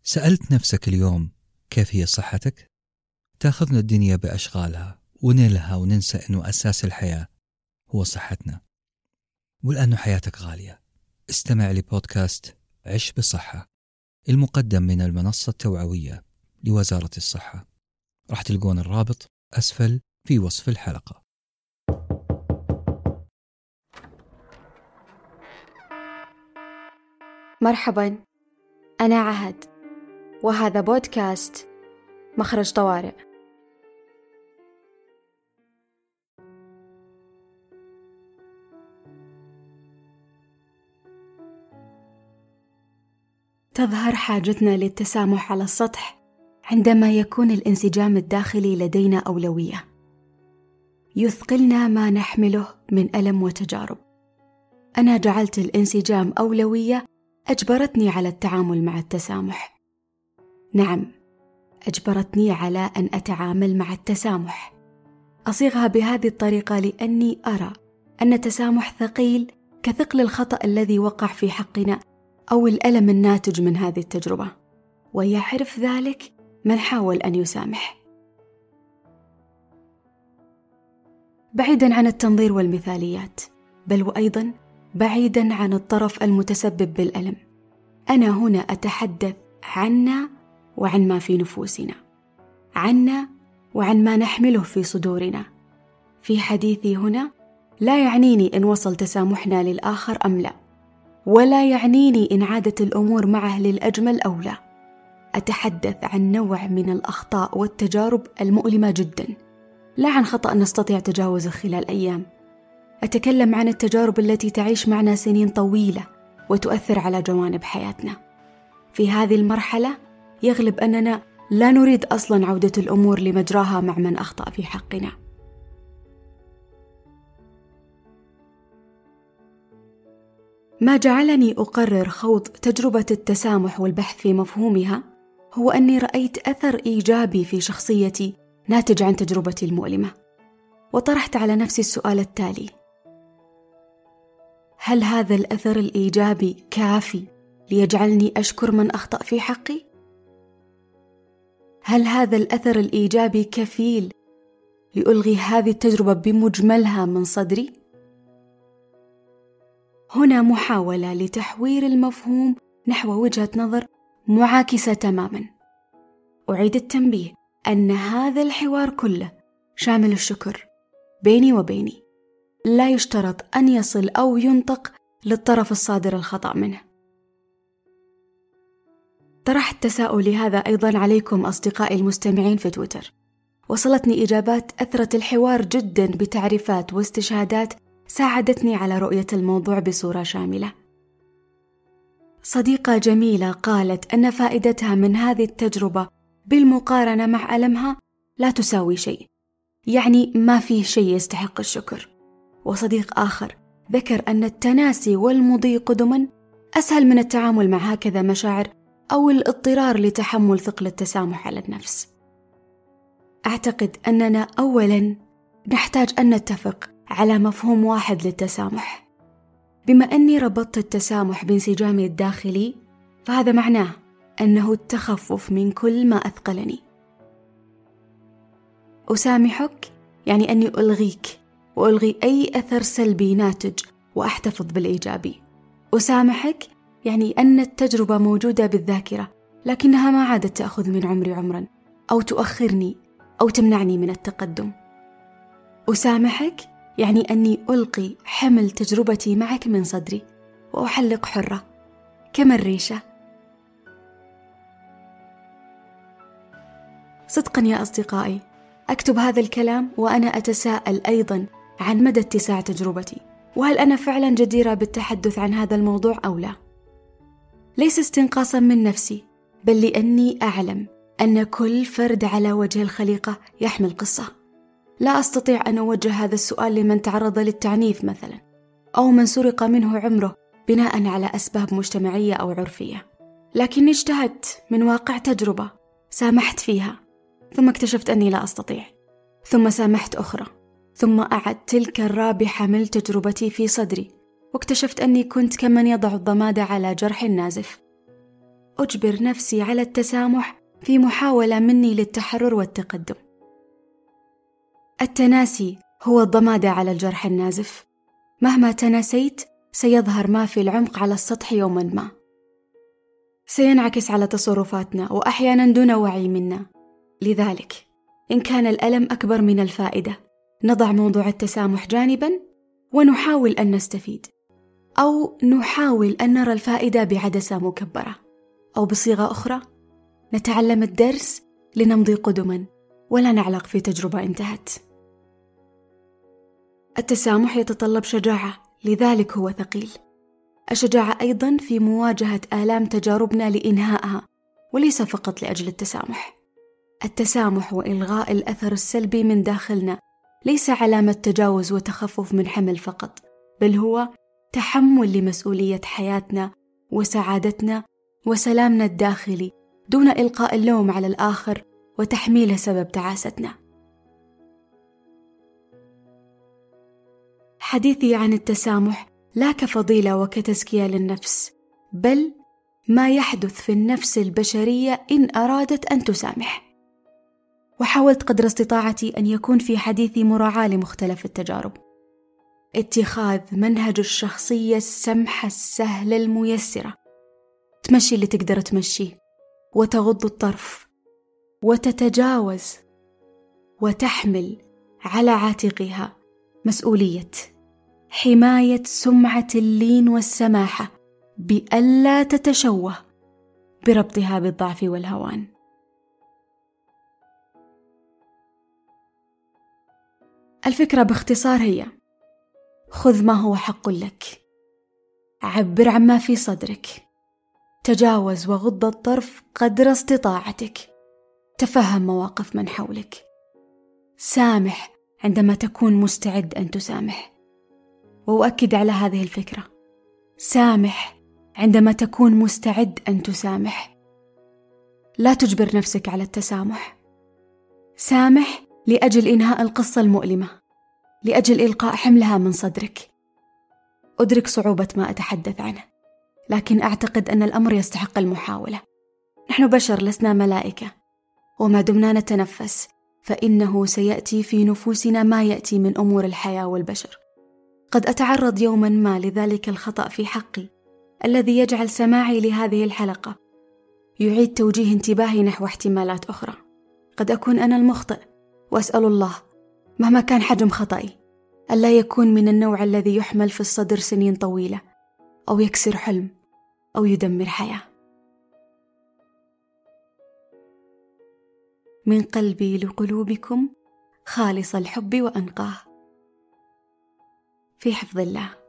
سألت نفسك اليوم كيف هي صحتك؟ تأخذنا الدنيا بأشغالها ونلها وننسى أنه أساس الحياة هو صحتنا، ولأنه حياتك غالية. استمع لبودكاست عش بصحة المقدم من المنصة التوعوية لوزارة الصحة. راح تلقون الرابط أسفل في وصف الحلقة. مرحباً، أنا عهد، وهذا بودكاست مخرج طوارئ. تظهر حاجتنا للتسامح على السطح عندما يكون الانسجام الداخلي لدينا أولوية، يثقلنا ما نحمله من ألم وتجارب. أنا جعلت الانسجام أولوية أجبرتني على التعامل مع التسامح. نعم، أجبرتني على أن أتعامل مع التسامح. أصيغها بهذه الطريقة لأني أرى أن التسامح ثقيل كثقل الخطأ الذي وقع في حقنا أو الألم الناتج من هذه التجربة، ويعرف ذلك من حاول أن يسامح. بعيداً عن التنظير والمثاليات، بل وأيضاً بعيداً عن الطرف المتسبب بالألم، أنا هنا أتحدث عنا وعن ما في نفوسنا، عنا وعن ما نحمله في صدورنا. في حديثي هنا لا يعنيني إن وصل تسامحنا للآخر أم لا، ولا يعنيني إن عادت الأمور معه للأجمل أو لا. أتحدث عن نوع من الأخطاء والتجارب المؤلمة جدا، لا عن خطأ نستطيع تجاوزه خلال أيام. أتكلم عن التجارب التي تعيش معنا سنين طويلة وتؤثر على جوانب حياتنا. في هذه المرحلة يغلب أننا لا نريد أصلا عودة الأمور لمجراها مع من أخطأ في حقنا. ما جعلني أقرر خوض تجربة التسامح والبحث في مفهومها هو أني رأيت أثر إيجابي في شخصيتي ناتج عن تجربتي المؤلمة، وطرحت على نفسي السؤال التالي: هل هذا الأثر الإيجابي كافي ليجعلني أشكر من أخطأ في حقي؟ هل هذا الأثر الإيجابي كفيل لألغي هذه التجربة بمجملها من صدري؟ هنا محاولة لتحوير المفهوم نحو وجهة نظر معاكسة تماما. أعيد التنبيه أن هذا الحوار كله شامل الشكر بيني وبيني، لا يشترط أن يصل أو ينطق للطرف الصادر الخطأ منه. طرحت تساؤلي هذا أيضا عليكم أصدقائي المستمعين في تويتر. وصلتني إجابات أثرت الحوار جدا بتعريفات واستشهادات ساعدتني على رؤية الموضوع بصورة شاملة. صديقة جميلة قالت أن فائدتها من هذه التجربة بالمقارنة مع ألمها لا تساوي شيء، يعني ما فيه شيء يستحق الشكر. وصديق آخر ذكر أن التناسي والمضي قدما أسهل من التعامل مع هكذا مشاعر أو الاضطرار لتحمل ثقل التسامح على النفس. أعتقد أننا أولا نحتاج أن نتفق على مفهوم واحد للتسامح. بما أني ربطت التسامح بانسجامي الداخلي، فهذا معناه أنه التخفف من كل ما أثقلني. أسامحك يعني أني ألغيك وألغي أي أثر سلبي ناتج وأحتفظ بالإيجابي. أسامحك يعني أن التجربة موجودة بالذاكرة لكنها ما عادت تأخذ من عمري عمرا أو تؤخرني أو تمنعني من التقدم. أسامحك يعني أني ألقي حمل تجربتي معك من صدري وأحلق حرة كما الريشة. صدقا يا أصدقائي، أكتب هذا الكلام وأنا أتساءل أيضا عن مدى اتساع تجربتي، وهل أنا فعلا جديرة بالتحدث عن هذا الموضوع أو لا؟ ليس استنقاصا من نفسي، بل لأني أعلم أن كل فرد على وجه الخليقة يحمل قصة. لا أستطيع أن أوجه هذا السؤال لمن تعرض للتعنيف مثلا، أو من سرق منه عمره بناء على أسباب مجتمعية أو عرفية، لكني اجتهدت من واقع تجربة، سامحت فيها، ثم اكتشفت أني لا أستطيع، ثم سامحت أخرى، ثم أعد تلك الرابحة حمل تجربتي في صدري، واكتشفت أني كنت كمن يضع الضمادة على جرح نازف. أجبر نفسي على التسامح في محاولة مني للتحرر والتقدم. التناسي هو الضمادة على الجرح النازف. مهما تناسيت سيظهر ما في العمق على السطح يوما ما، سينعكس على تصرفاتنا وأحيانا دون وعي منا. لذلك إن كان الألم أكبر من الفائدة نضع موضوع التسامح جانبا ونحاول أن نستفيد، أو نحاول أن نرى الفائدة بعدسة مكبرة، أو بصيغة أخرى نتعلم الدرس لنمضي قدما ولا نعلق في تجربة انتهت. التسامح يتطلب شجاعة، لذلك هو ثقيل. الشجاعة أيضا في مواجهة آلام تجاربنا لإنهائها، وليس فقط لأجل التسامح. التسامح وإلغاء الأثر السلبي من داخلنا ليس علامة تجاوز وتخفف من حمل فقط، بل هو تحمل لمسؤولية حياتنا وسعادتنا وسلامنا الداخلي دون إلقاء اللوم على الآخر وتحميله سبب تعاستنا. حديثي عن التسامح لا كفضيلة وكتزكية للنفس، بل ما يحدث في النفس البشرية إن أرادت أن تسامح. وحاولت قدر استطاعتي أن يكون في حديثي مراعاة لمختلف التجارب، اتخاذ منهج الشخصية السمحة السهلة الميسرة، تمشي اللي تقدر تمشيه وتغض الطرف وتتجاوز وتحمل على عاتقها مسؤولية حماية سمعة اللين والسماحة بألا تتشوه بربطها بالضعف والهوان. الفكرة باختصار هي: خذ ما هو حق لك، عبر عما في صدرك، تجاوز وغض الطرف قدر استطاعتك، تفهم مواقف من حولك، سامح عندما تكون مستعد أن تسامح. وأؤكد على هذه الفكرة: سامح عندما تكون مستعد أن تسامح. لا تجبر نفسك على التسامح. سامح لأجل إنهاء القصة المؤلمة، لأجل إلقاء حملها من صدرك. أدرك صعوبة ما أتحدث عنه، لكن أعتقد أن الأمر يستحق المحاولة. نحن بشر لسنا ملائكة، وما دمنا نتنفس فإنه سيأتي في نفوسنا ما يأتي من أمور الحياة والبشر. قد أتعرض يوما ما لذلك الخطأ في حقي الذي يجعل سماعي لهذه الحلقة يعيد توجيه انتباهي نحو احتمالات أخرى. قد أكون أنا المخطئ، وأسأل الله مهما كان حجم خطأي ألا يكون من النوع الذي يحمل في الصدر سنين طويلة، أو يكسر حلم، أو يدمر حياة. من قلبي لقلوبكم خالص الحب وأنقاه. في حفظ الله.